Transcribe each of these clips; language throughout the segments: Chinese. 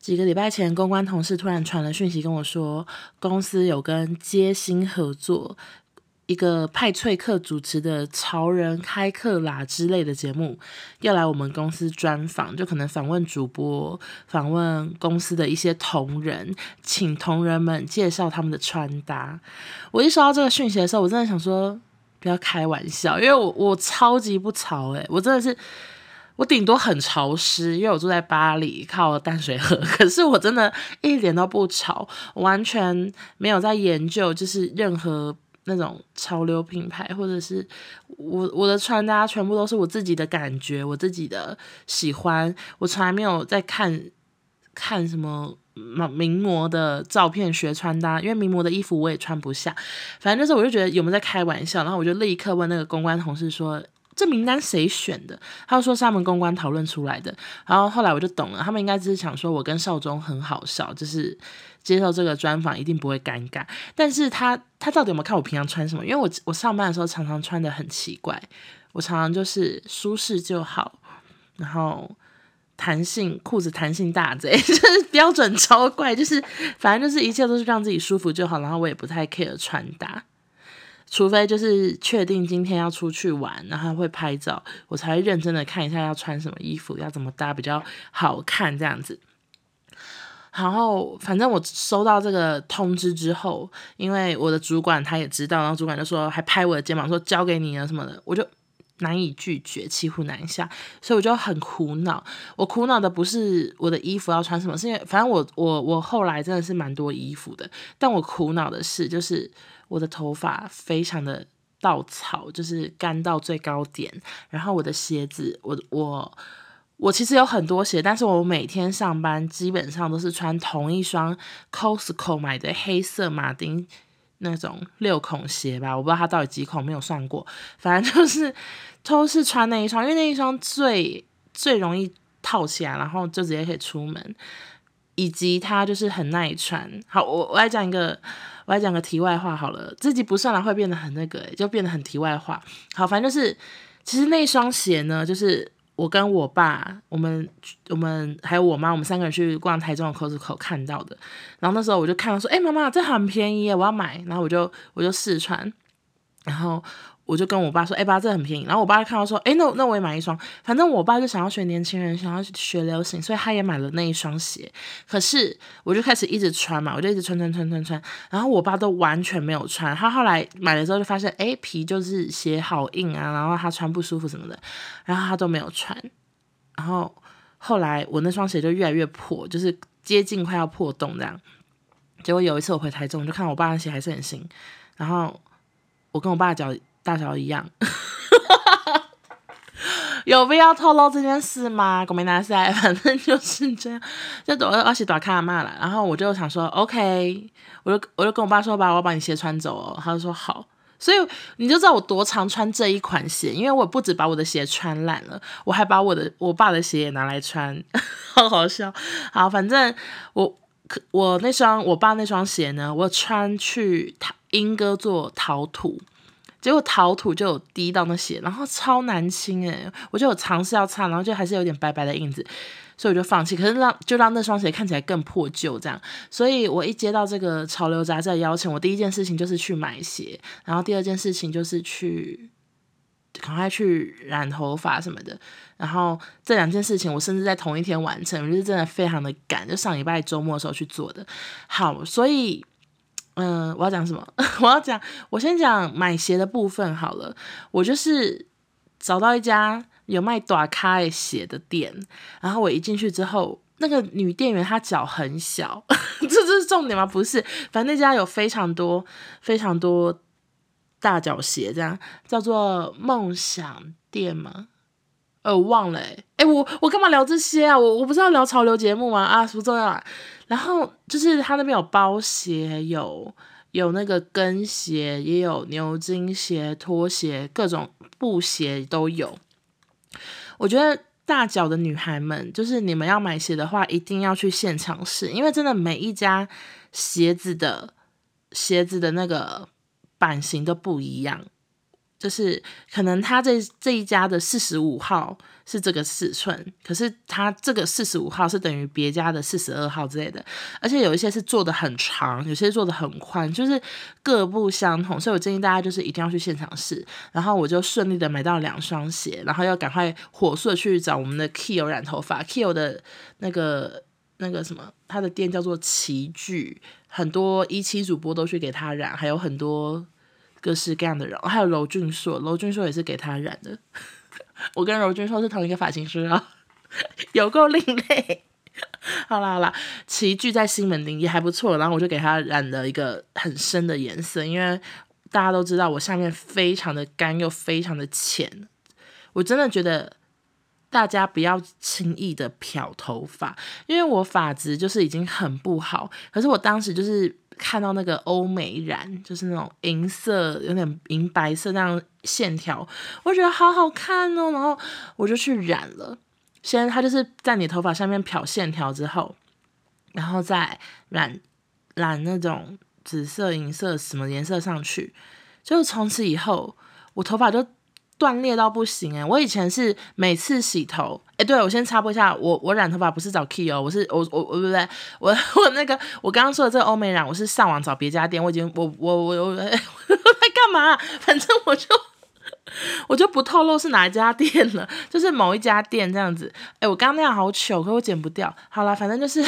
几个礼拜前，公关同事突然传了讯息跟我说，公司有跟街心合作一个派翠克主持的潮人开课啦之类的节目，要来我们公司专访，就可能访问主播，访问公司的一些同仁，请同仁们介绍他们的穿搭。我一收到这个讯息的时候，我真的想说，不要开玩笑，因为我超级不潮我真的是。我顶多很潮湿，因为我住在巴黎，靠淡水河。可是我真的一点都不潮，我完全没有在研究，就是任何那种潮流品牌，或者是我的穿搭全部都是我自己的感觉，我自己的喜欢。我从来没有在看什么名模的照片学穿搭，因为名模的衣服我也穿不下。反正就是我就觉得有没有在开玩笑，然后我就立刻问那个公关同事说。这名单谁选的？他就说是他们公关讨论出来的。然后后来我就懂了，他们应该只是想说我跟少中很好笑，就是接受这个专访一定不会尴尬。但是他到底有没有看我平常穿什么？因为我上班的时候常常穿的很奇怪，我常常就是舒适就好，然后弹性裤子弹性大贼，就是标准超怪，就是反正就是一切都是让自己舒服就好，然后我也不太 care 穿搭。除非就是确定今天要出去玩，然后会拍照，我才会认真的看一下要穿什么衣服，要怎么搭比较好看这样子。然后反正我收到这个通知之后，因为我的主管他也知道，然后主管就说还拍我的肩膀说交给你了什么的，我就难以拒绝，骑虎难下，所以我就很苦恼。我苦恼的不是我的衣服要穿什么，是因为反正我后来真的是蛮多衣服的，但我苦恼的是就是我的头发非常的稻草，就是干到最高点，然后我的鞋子，我其实有很多鞋，但是我每天上班基本上都是穿同一双 Costco 买的黑色马丁那种6孔鞋吧，我不知道它到底几孔，没有算过，反正就是都是穿那一双，因为那一双最容易套起来，然后就直接可以出门，以及它就是很耐穿。好，我来讲个题外话好了，自己不算了会变得很那个就变得很题外话。好，反正就是其实那双鞋呢，就是我跟我爸，我们还有我妈，我们3个人去逛台中的 Costco 看到的。然后那时候我就看到说，妈妈，这很便宜耶，我要买。然后我就试穿，然后我就跟我爸说，爸，这很便宜。然后我爸看到说，那我也买一双。反正我爸就想要学年轻人，想要学流行，所以他也买了那一双鞋。可是我就开始一直穿嘛，我就一直穿，然后我爸都完全没有穿。他后来买了之后就发现，皮就是鞋好硬啊，然后他穿不舒服什么的，然后他都没有穿。然后后来我那双鞋就越来越破，就是接近快要破洞这样。结果有一次我回台中，就看我爸的鞋还是很新，然后我跟我爸的脚大小一样。有必要透露这件事吗？我没拿下来，反正就是这样，就而且短看嘛了。然后我就想说 ，OK， 我就跟我爸说吧，我要把你鞋穿走哦。他就说好，所以你就知道我多常穿这一款鞋，因为我不止把我的鞋穿烂了，我还把我爸的鞋也拿来穿，好好笑。好，反正我爸那双鞋呢，我穿去莺歌做陶土。结果陶土就有滴到那鞋，然后超难清我就有尝试要擦，然后就还是有点白白的印子，所以我就放弃。可是让那双鞋看起来更破旧这样，所以我一接到这个潮流杂志的邀请，我第一件事情就是去买鞋，然后第二件事情就是赶快去染头发什么的，然后这2件事情我甚至在同一天完成，我就是真的非常的赶，就上礼拜周末的时候去做的。好，所以。我要讲什么？我先讲买鞋的部分好了。我就是找到一家有卖大咖的鞋的店，然后我一进去之后，那个女店员她脚很小，这是重点吗？不是，反正那家有非常多大脚鞋，这样叫做梦想店吗？我忘了我干嘛聊这些啊？我不是要聊潮流节目吗？啊，不重要啊。然后就是他那边有包鞋，有那个跟鞋，也有牛津鞋、拖鞋，各种布鞋都有。我觉得大脚的女孩们，就是你们要买鞋的话，一定要去现场试，因为真的每一家鞋子的那个版型都不一样。 就是可能他这一家的45号是这个尺寸，可是他这个45号是等于别家的42号之类的，而且有一些是做的很长，有些做的很宽，就是各不相同，所以我建议大家就是一定要去现场试。然后我就顺利的买到2双鞋，然后要赶快火速的去找我们的 Kyo 染头发 ，Kyo 的那个什么，他的店叫做奇聚，很多17主播都去给他染，还有很多各式各样的人，还有娄俊硕也是给他染的。我跟娄俊硕是同一个发型师啊，有够另类。好啦，奇聚在西门町也还不错，然后我就给他染了一个很深的颜色，因为大家都知道我下面非常的干又非常的浅，我真的觉得大家不要轻易的漂头发，因为我发质就是已经很不好，可是我当时就是看到那个欧美染，就是那种银色有点银白色那样线条，我觉得好好看哦，然后我就去染了。先它就是在你头发上面漂线条之后，然后再染那种紫色银色什么颜色上去，就从此以后我头发就断裂到不行我以前是每次洗头，对，我先插播一下，我染头发不是找 Key 我是我不对，我那个我刚刚说的这个欧美染，我是上网找别家店，我已经我在干嘛？反正我就不透露是哪一家店了，就是某一家店这样子。我刚刚那样好糗，可我剪不掉。好啦，反正就是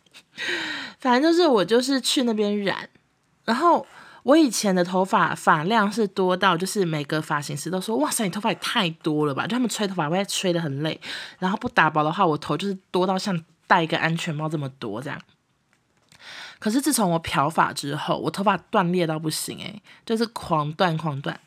我就是去那边染，然后我以前的头发量是多到，就是每个发型师都说，哇塞，你头发也太多了吧，就他们吹头发会吹得很累，然后不打薄的话，我头就是多到像戴一个安全帽这么多这样。可是自从我漂发之后，我头发断裂到不行就是狂断，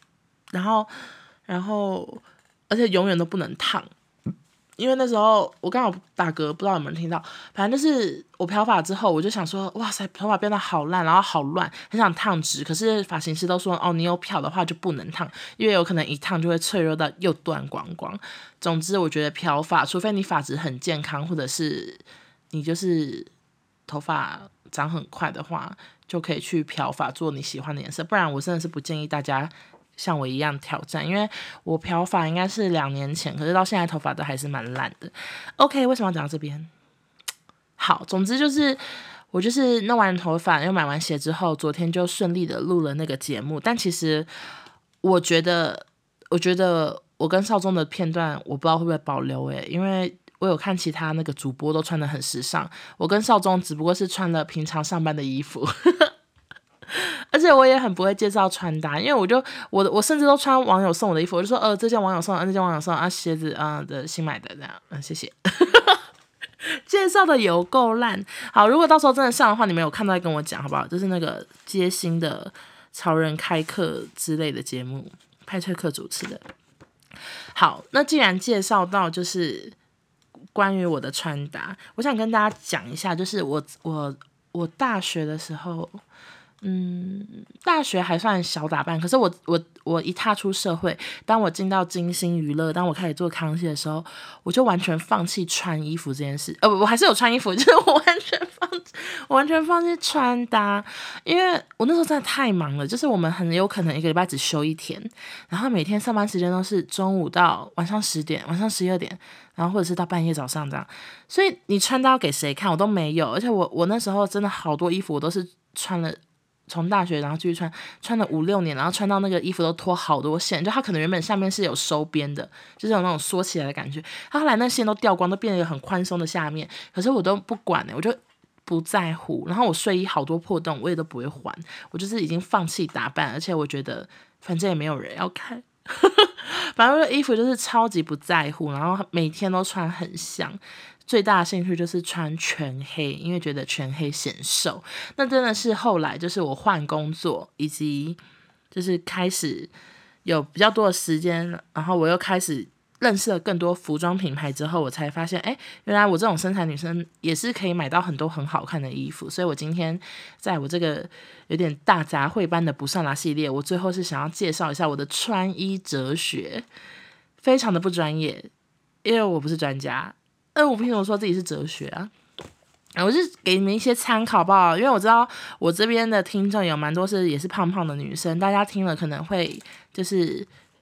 然后而且永远都不能烫，因为那时候我刚好打嗝，不知道有没有听到。反正就是我漂发之后，我就想说，哇塞，头发变得好烂，然后好乱，很想烫直。可是发型师都说，你有漂的话就不能烫，因为有可能一烫就会脆弱到又断光光。总之，我觉得漂发，除非你发质很健康，或者是你就是头发长很快的话，就可以去漂发做你喜欢的颜色。不然我真的是不建议大家像我一样挑战，因为我漂发应该是2年前，可是到现在头发都还是蛮烂的。OK， 为什么要讲到这边？好，总之就是我就是弄完头发又买完鞋之后，昨天就顺利的录了那个节目。但其实我觉得我跟少宗的片段，我不知道会不会保留因为我有看其他那个主播都穿得很时尚，我跟少宗只不过是穿了平常上班的衣服。而且我也很不会介绍穿搭，因为我甚至都穿网友送我的衣服，我就说这件网友送，那件网友送鞋子的新买的这样，谢谢。介绍的有够烂。好，如果到时候真的上的话，你们有看到再跟我讲好不好？就是那个街心的潮人开课之类的节目，派翠克主持的。好，那既然介绍到就是关于我的穿搭，我想跟大家讲一下，就是我大学的时候。大学还算小打扮，可是我一踏出社会，当我进到金星娱乐，当我开始做康熙的时候，我就完全放弃穿衣服这件事。我还是有穿衣服，就是我完全放弃穿搭，因为我那时候真的太忙了，就是我们很有可能一个礼拜只休1天，然后每天上班时间都是中午到晚上10点、晚上12点，然后或者是到半夜早上这样，所以你穿搭要给谁看我都没有，而且我那时候真的好多衣服我都是穿了。从大学然后继续穿了5-6年，然后穿到那个衣服都脱好多线，就它可能原本下面是有收边的，就是有那种缩起来的感觉，它后来那线都掉光，都变得很宽松的下面，可是我都不管我就不在乎，然后我睡衣好多破洞我也都不会还，我就是已经放弃打扮，而且我觉得反正也没有人要看。反正衣服就是超级不在乎，然后每天都穿很像，最大的兴趣就是穿全黑，因为觉得全黑显瘦。那真的是后来就是我换工作，以及就是开始有比较多的时间，然后我又开始认识了更多服装品牌之后，我才发现原来我这种身材女生也是可以买到很多很好看的衣服。所以我今天在我这个有点大杂烩般的不算啦系列，我最后是想要介绍一下我的穿衣哲学，非常的不专业，因为我不是专家，我凭什么说自己是哲学啊？我是给你们一些参考吧，因为我知道我这边的听众有蛮多也是胖胖的女生，大家听了可能会就是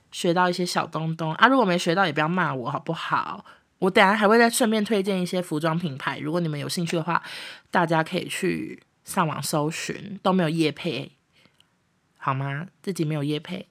学到一些小东东啊。如果没学到也不要骂我好不好？我等一下还会再顺便推荐一些服装品牌，如果你们有兴趣的话，大家可以去上网搜寻，都没有业配，好吗？自己没有业配。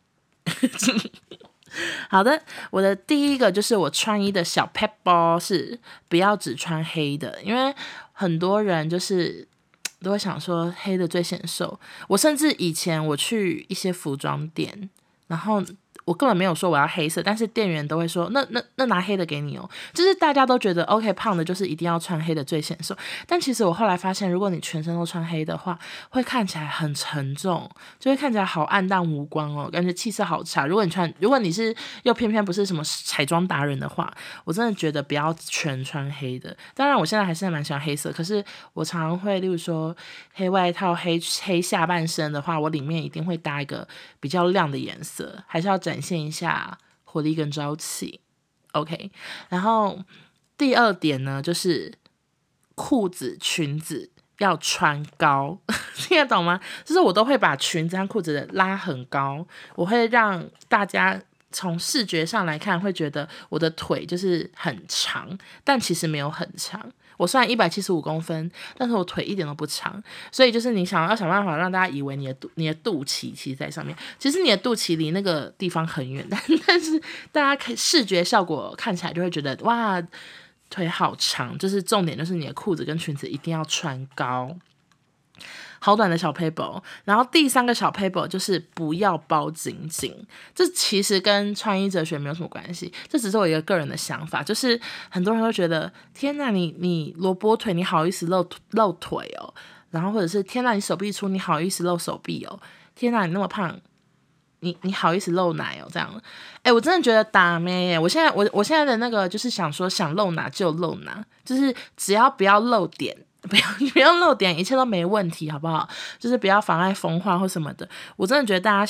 好的，我的第一个就是我穿衣的小 pebble 是不要只穿黑的，因为很多人就是都会想说黑的最显瘦。我甚至以前我去一些服装店，然后我根本没有说我要黑色，但是店员都会说那拿黑的给你哦。就是大家都觉得 OK 胖的就是一定要穿黑的最显瘦，但其实我后来发现，如果你全身都穿黑的话，会看起来很沉重，就会看起来好暗淡无光哦，感觉气色好差。如果你是又偏偏不是什么彩妆达人的话，我真的觉得不要全穿黑的。当然我现在还是蛮喜欢黑色，可是我常常会例如说黑外套、黑下半身的话，我里面一定会搭一个比较亮的颜色，还是要展现一下活力跟朝气。OK， 然后第二点呢，就是裤子、裙子要穿高，听得懂吗？就是我都会把裙子和裤子拉很高，我会让大家从视觉上来看会觉得我的腿就是很长，但其实没有很长。我虽然175公分，但是我腿一点都不长，所以就是你要想办法让大家以为你的肚脐其实在上面，其实你的肚脐离那个地方很远，但是大家可以视觉效果看起来就会觉得哇，腿好长。就是重点就是你的裤子跟裙子一定要穿高。好短的小 paper， 然后第三个小 paper 就是不要包紧紧，这其实跟穿衣哲学没有什么关系，这只是我一个个人的想法，就是很多人都觉得天哪，你萝卜腿你好意思露腿哦，然后或者是天哪你手臂粗你好意思露手臂哦，天哪你那么胖你好意思露奶哦这样，我真的觉得打咩耶，我现在的那个就是想说想露哪就露哪，就是只要不要露点。不要露点，一切都没问题，好不好？就是不要妨碍风化或什么的。我真的觉得大家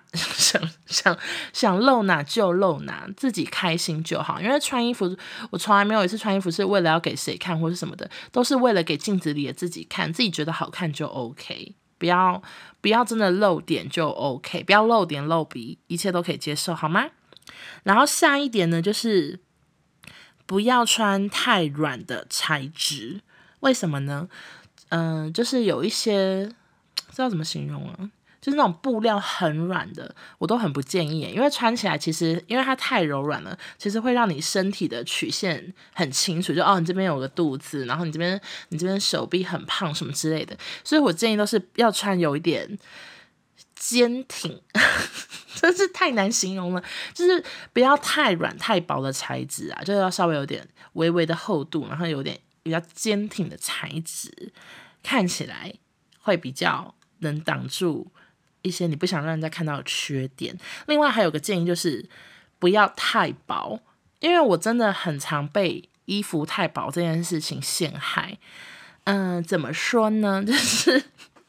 想露哪就露哪，自己开心就好。因为穿衣服，我从来没有一次穿衣服是为了要给谁看或是什么的，都是为了给镜子里的自己看，自己觉得好看就 OK。不要真的露点就 OK， 不要露点露鼻，一切都可以接受，好吗？然后下一点呢，就是不要穿太软的材质。为什么呢？就是有一些知道怎么形容啊，就是那种布料很软的，我都很不建议，因为穿起来其实因为它太柔软了，其实会让你身体的曲线很清楚，就你这边有个肚子，然后你这边手臂很胖什么之类的，所以我建议都是要穿有一点坚挺，真是太难形容了，就是不要太软太薄的材质啊，就要稍微有点微微的厚度，然后有点比较坚挺的材质，看起来会比较能挡住一些你不想让人家看到的缺点。另外还有个建议就是不要太薄，因为我真的很常被衣服太薄这件事情陷害。怎么说呢？就是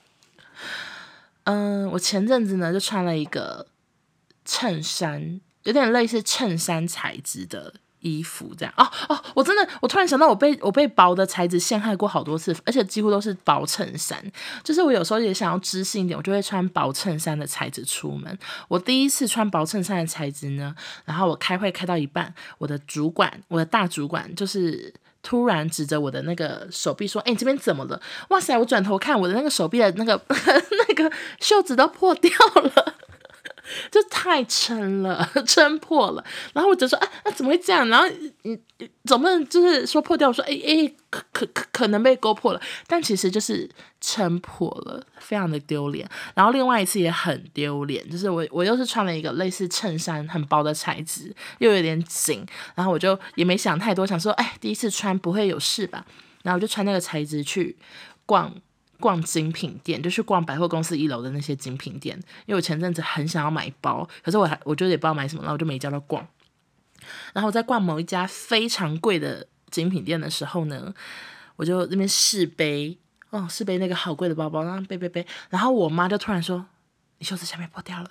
我前阵子呢就穿了一个衬衫，有点类似衬衫材质的衣服这样。我突然想到我被薄的材质陷害过好多次，而且几乎都是薄衬衫。就是我有时候也想要知性一点，我就会穿薄衬衫的材质出门。我第一次穿薄衬衫的材质呢，然后我开会开到一半，我的大主管就是突然指着我的那个手臂说：“你这边怎么了？”哇塞！我转头看我的那个手臂的那个那个袖子都破掉了。就太撑了，撑破了。然后我就说怎么会这样？然后你总不能就是说破掉，我说可能被勾破了，但其实就是撑破了，非常的丢脸。然后另外一次也很丢脸，就是我又是穿了一个类似衬衫很薄的材质，又有点紧，然后我就也没想太多，想说第一次穿不会有事吧，然后我就穿那个材质去逛精品店，就去逛百货公司1楼的那些精品店，因为我前阵子很想要买包，可是我就也不知道买什么，然后我就没叫他逛。然后我在逛某一家非常贵的精品店的时候呢，我就那边试背那个好贵的包包，然后背，然后我妈就突然说：“你袖子下面破掉了。”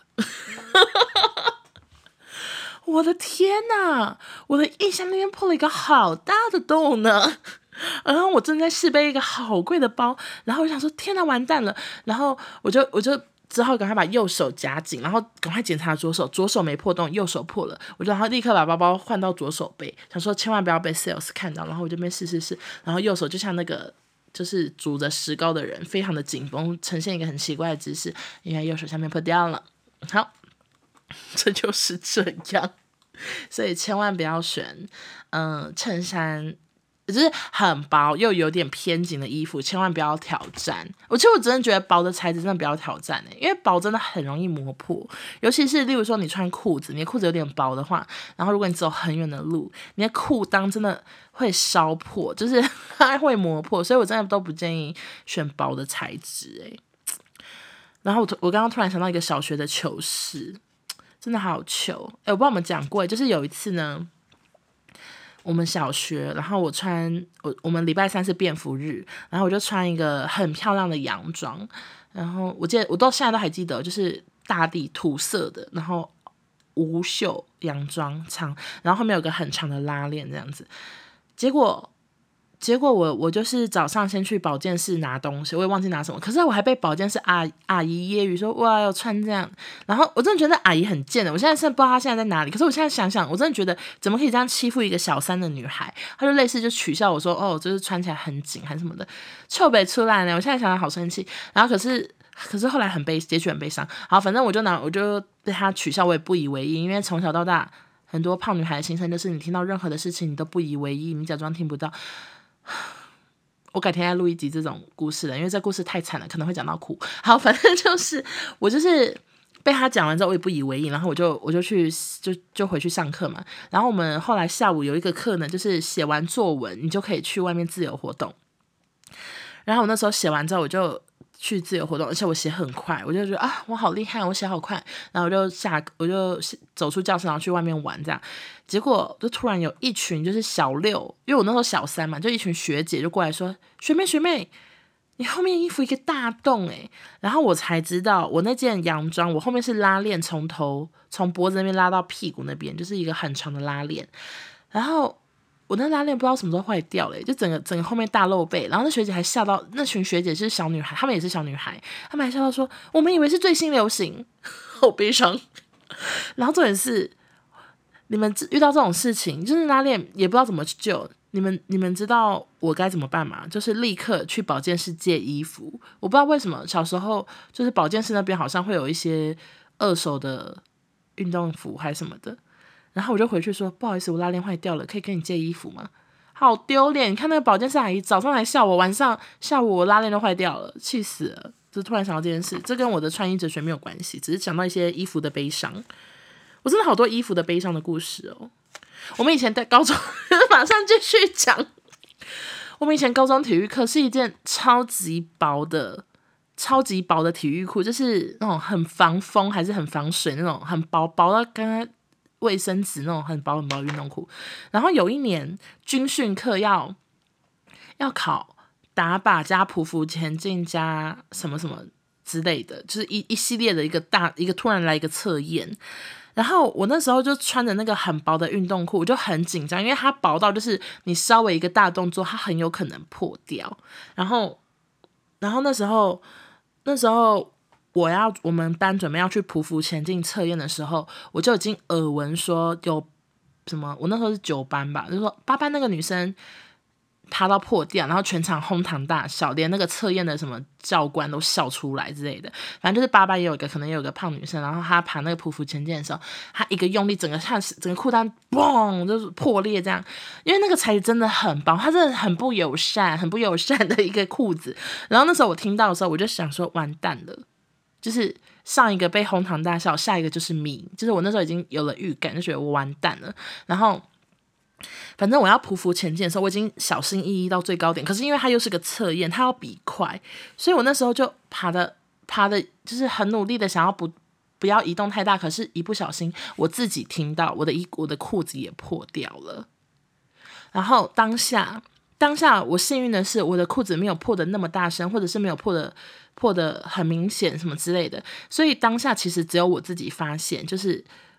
我的天哪！我的腋下那边破了一个好大的洞呢。然后我正在试背一个好贵的包，然后我想说天哪完蛋了，然后我就之后赶快把右手夹紧，然后赶快检查左手，左手没破洞，右手破了，我就然后立刻把包包换到左手背，想说千万不要被 sales 看到，然后我就边试，然后右手就像那个就是煮着石膏的人，非常的紧绷，呈现一个很奇怪的姿势，因为右手下面破掉了。好，这就是这样，所以千万不要选衬衫。就是很薄又有点偏紧的衣服，千万不要挑战。其实我真的觉得薄的材质真的不要挑战因为薄真的很容易磨破，尤其是例如说你穿裤子，你的裤子有点薄的话，然后如果你走很远的路，你的裤裆真的会烧破，就是它会磨破，所以我真的都不建议选薄的材质然后我刚刚突然想到一个小学的糗事，真的好糗我不知道我们讲过，就是有一次呢。我们小学，然后我们礼拜三是便服日，然后我就穿一个很漂亮的洋装，然后我记得我到现在都还记得，就是大地土色的，然后无袖洋装长，然后后面有个很长的拉链这样子，结果我就是早上先去保健室拿东西，我也忘记拿什么，可是我还被保健室阿姨揶揄说哇要穿这样，然后我真的觉得阿姨很贱的，我现在真的不知道她现在在哪里，可是我现在想想，我真的觉得怎么可以这样欺负一个小3的女孩，她就类似就取笑我说就是穿起来很紧还是什么的，臭北出来呢，我现在想想好生气，然后可是后来结局很悲伤，好反正我就被她取笑，我也不以为意，因为从小到大很多胖女孩的心声就是你听到任何的事情你都不以为意，你假装听不到。我改天再录一集这种故事了，因为这故事太惨了，可能会讲到哭。好，反正就是我就是被他讲完之后，我也不以为意，然后我就去就回去上课嘛。然后我们后来下午有一个课呢，就是写完作文，你就可以去外面自由活动。然后我那时候写完之后，我就去自由活动，而且我写很快，我就觉得我好厉害，我写好快。然后我就走出教室，然后去外面玩这样。结果就突然有一群就是小6，因为我那时候小3嘛，就一群学姐就过来说：“学妹，你后面衣服一个大洞然后我才知道，我那件洋装我后面是拉链，从脖子那边拉到屁股那边，就是一个很长的拉链。然后我那拉链不知道什么时候坏掉了就整个后面大露背。然后那学姐还笑到，那群学姐是小女孩，她们也是小女孩，她们还笑到说：“我们以为是最新流行。”好悲伤。然后重点是，你们遇到这种事情，就是拉链也不知道怎么救，你们知道我该怎么办吗？就是立刻去保健室借衣服。我不知道为什么小时候就是保健室那边好像会有一些2手的运动服还是什么的，然后我就回去说不好意思，我拉链坏掉了，可以跟你借衣服吗？好丢脸！你看那个保健室阿姨早上还笑我，下午我拉链都坏掉了，气死了！就突然想到这件事，这跟我的穿衣哲学没有关系，只是讲到一些衣服的悲伤。我真的好多衣服的悲伤的故事我们以前在高中马上继续讲。我们以前高中体育课是一件超级薄的体育裤，就是那种很防风还是很防水那种，很薄到刚刚卫生纸那种很薄的运动裤。然后有一年军训课要考打靶加匍匐前进加什么什么之类的，就是一系列的一个突然来一个测验。然后我那时候就穿着那个很薄的运动裤，我就很紧张，因为它薄到就是你稍微一个大动作，它很有可能破掉。然后那时候我们班准备要去匍匐前进测验的时候，我就已经耳闻说有什么，我那时候是9班吧，就说8班那个女生爬到破掉，然后全场哄堂大笑，连那个测验的什么教官都笑出来之类的。反正就是8班可能也有个胖女生，然后她爬那个匍匐前进的时候，她一个用力，整个裤裆嘣就是破裂这样。因为那个材质真的很薄，它真的很不友善的一个裤子。然后那时候我听到的时候，我就想说完蛋了，就是上一个被哄堂大笑，下一个就是me，就是我那时候已经有了预感，就觉得我完蛋了。然后反正我要匍匐前进的时候，我已经小心翼翼到最高点，可是因为它又是个测验，它要比快，所以我那时候就爬的，就是很努力的想要不要移动太大，可是一不小心我自己听到我的裤子也破掉了。然后当下我幸运的是我的裤子没有破的那么大声，或者是没有破的很明显什么之类的，所以当下其实只有我自己发现，就是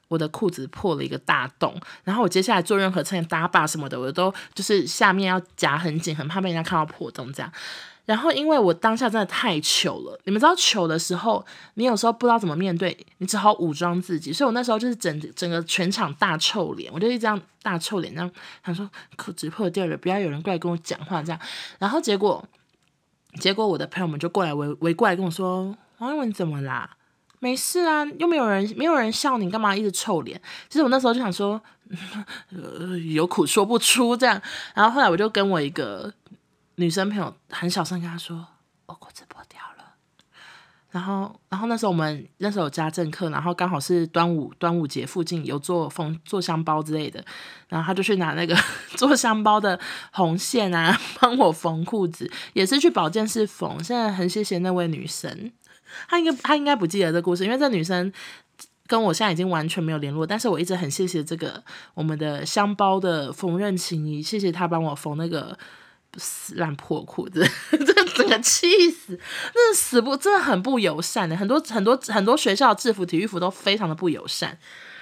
我的裤子破了一个大洞，然后我接下来做任何差点搭把什么的，我都就是下面要夹很紧，很怕被人家看到破洞这样。然后因为我当下真的太糗了，你们知道糗的时候，你有时候不知道怎么面对，你只好武装自己，所以我那时候就是整个全场大臭脸，我就一直这样大臭脸，这样想说裤子破掉了，不要有人过来跟我讲话这样。然后结果我的朋友们就过来围过来跟我说：“王一文怎么啦？没事啊，又没有人笑你，干嘛一直臭脸？”其实我那时候就想说，有苦说不出这样。然后后来我就跟我一个女生朋友很小声跟她说：“我裤子破掉了。”然后那时候我们那时候有家政课，然后刚好是端午节附近有做香包之类的，然后他就去拿那个做香包的红线啊，帮我缝裤子，也是去保健室缝。现在很谢谢那位女生，她应该不记得这故事，因为这女生跟我现在已经完全没有联络，但是我一直很谢谢这个我们的香包的缝纫情谊，谢谢她帮我缝那个烂破裤子，这整个气死，真的很不友善的，很多学校的制服、体育服都非常的不友善。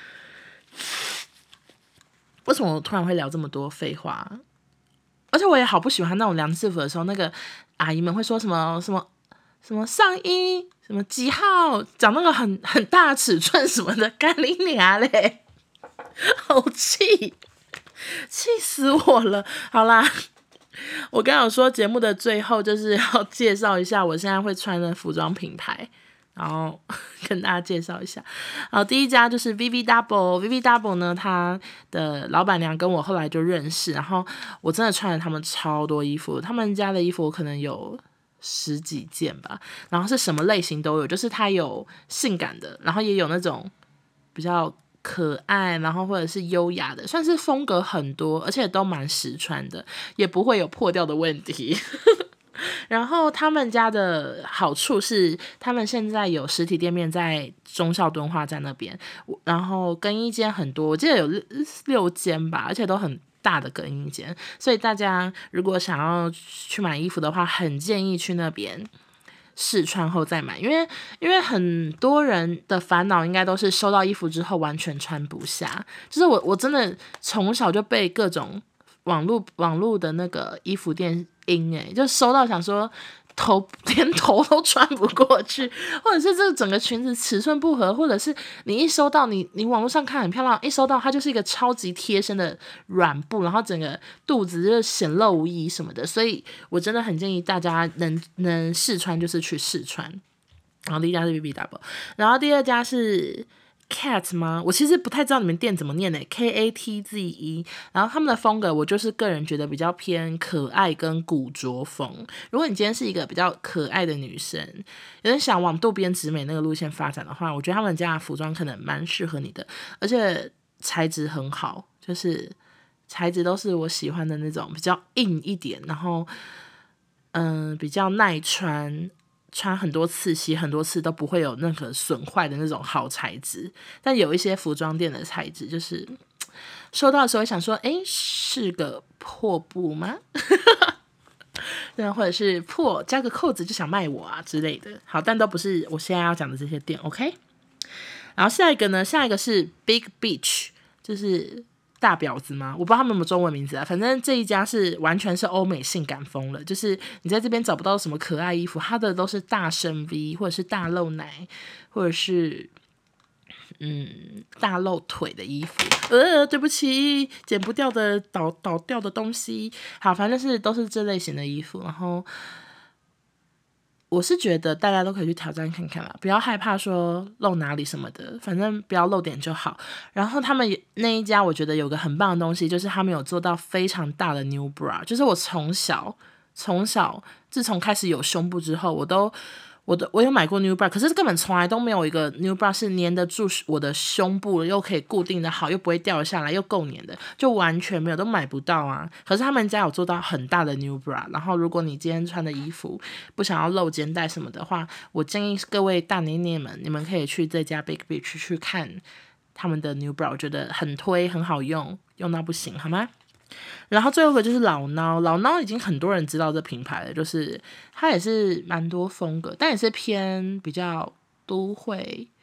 为什么我突然会聊这么多废话？而且我也好不喜欢那种量制服的时候，那个阿姨们会说什么上衣什么几号，讲那个很大的尺寸什么的，干你娘嘞！好气死我了！好啦。我刚刚有说节目的最后就是要介绍一下我现在会穿的服装品牌，然后跟大家介绍一下。好，第一家就是 VV Double。VV Double 呢，他的老板娘跟我后来就认识，然后我真的穿了他们超多衣服，他们家的衣服我可能有10几件吧，然后是什么类型都有，就是它有性感的，然后也有那种比较可爱，然后或者是优雅的，算是风格很多，而且都蛮实穿的，也不会有破掉的问题。然后他们家的好处是，他们现在有实体店面在忠孝敦化站那边，然后更衣间很多，我记得有6间吧，而且都很大的更衣间，所以大家如果想要去买衣服的话，很建议去那边试穿后再买，因为很多人的烦恼应该都是收到衣服之后完全穿不下，就是我真的从小就被各种网络的那个衣服店阴就收到想说连头都穿不过去，或者是这整个裙子尺寸不合，或者是你一收到你网络上看很漂亮，一收到它就是一个超级贴身的软布，然后整个肚子就显露无遗什么的，所以我真的很建议大家能试穿就是去试穿。然后第一家是 BBW， 然后第二家是Cat 吗？我其实不太知道你们店怎么念KATZE。然后他们的风格，我就是个人觉得比较偏可爱跟古着风。如果你今天是一个比较可爱的女生，有点想往渡边直美那个路线发展的话，我觉得他们家的服装可能蛮适合你的，而且材质很好，就是材质都是我喜欢的那种比较硬一点，然后比较耐穿很多次洗很多次都不会有任何损坏的那种好材质。但有一些服装店的材质就是收到的时候会想说是个破布吗？或者是破加个扣子就想卖我啊之类的。好，但都不是我现在要讲的这些店 OK。 然后下一个是 Big Beach， 就是大婊子吗？我不知道他们有没有中文名字啊。反正这一家是完全是欧美性感风了，就是你在这边找不到什么可爱衣服，它的都是大深 V 或者是大露奶，或者是大露腿的衣服。对不起，剪不掉的倒掉的东西。好，反正都是这类型的衣服。然后我是觉得大家都可以去挑战看看啦，不要害怕说露哪里什么的，反正不要露点就好。然后他们那一家我觉得有个很棒的东西，就是他们有做到非常大的 new bra， 就是我从小自从开始有胸部之后，我有买过 new bra， 可是根本从来都没有一个 new bra 是粘得住我的胸部，又可以固定的好，又不会掉下来，又够粘的，就完全没有，都买不到啊。可是他们家有做到很大的 new bra， 然后如果你今天穿的衣服不想要露肩带什么的话，我建议各位大年年们，你们可以去这家 Big Beach 去看他们的 new bra， 我觉得很推，很好用，用到不行，好吗？然后最后一个就是老孬已经很多人知道这品牌了，就是它也是蛮多风格，但也是偏比较都会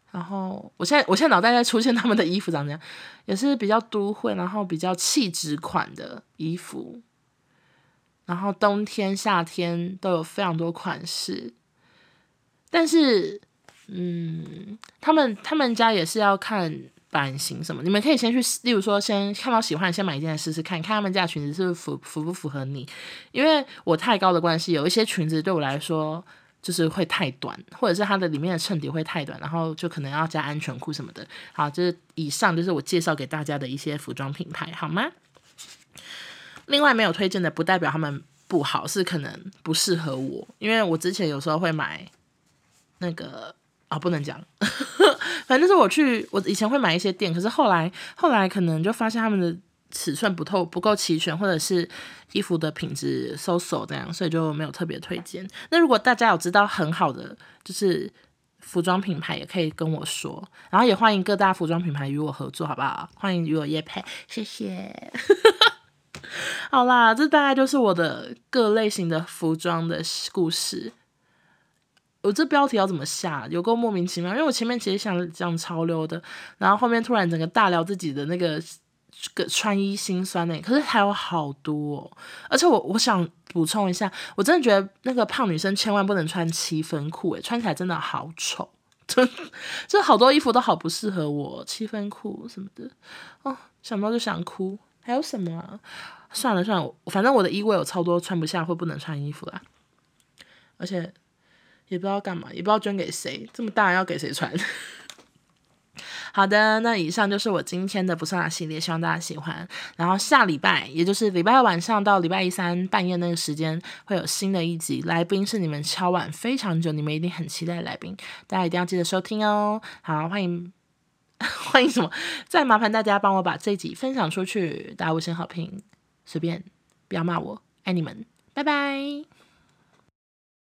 然后我现在脑袋在出现他们的衣服长这样，也是比较都会，然后比较气质款的衣服，然后冬天夏天都有非常多款式，但是他们家也是要看版型什么，你们可以先去，例如说先看到喜欢，先买一件来试试看，看他们家的裙子是符不符合你。因为我太高的关系，有一些裙子对我来说就是会太短，或者是它的里面的衬底会太短，然后就可能要加安全裤什么的。好，就是以上就是我介绍给大家的一些服装品牌，好吗？另外没有推荐的不代表他们不好，是可能不适合我，因为我之前有时候会买那个不能讲，反正就是我以前会买一些店，可是后来可能就发现他们的尺寸不够齐全，或者是衣服的品质so这样，所以就没有特别推荐。那如果大家有知道很好的就是服装品牌，也可以跟我说，然后也欢迎各大服装品牌与我合作，好不好？欢迎与我业配，谢谢。好啦，这大概就是我的各类型的服装的故事。我这标题要怎么下？有够莫名其妙，因为我前面其实想讲潮流的，然后后面突然整个大聊自己的那个穿衣心酸呢。可是还有好多哦，而且我想补充一下，我真的觉得那个胖女生千万不能穿七分裤，穿起来真的好丑，就好多衣服都好不适合我，七分裤什么的，想到就想哭。还有什么啊？算了，反正我的衣柜有超多穿不下或不能穿衣服啦，而且也不知道干嘛，也不知道捐给谁，这么大要给谁穿？好的，那以上就是我今天的不算啦系列，希望大家喜欢。然后下礼拜，也就是礼拜二晚上到礼拜一三半夜那个时间，会有新的一集，来宾是你们敲碗非常久，你们一定很期待的来宾，大家一定要记得收听哦。好，欢迎什么？再麻烦大家帮我把这一集分享出去，大家5星好评，随便不要骂我，爱你们，拜拜。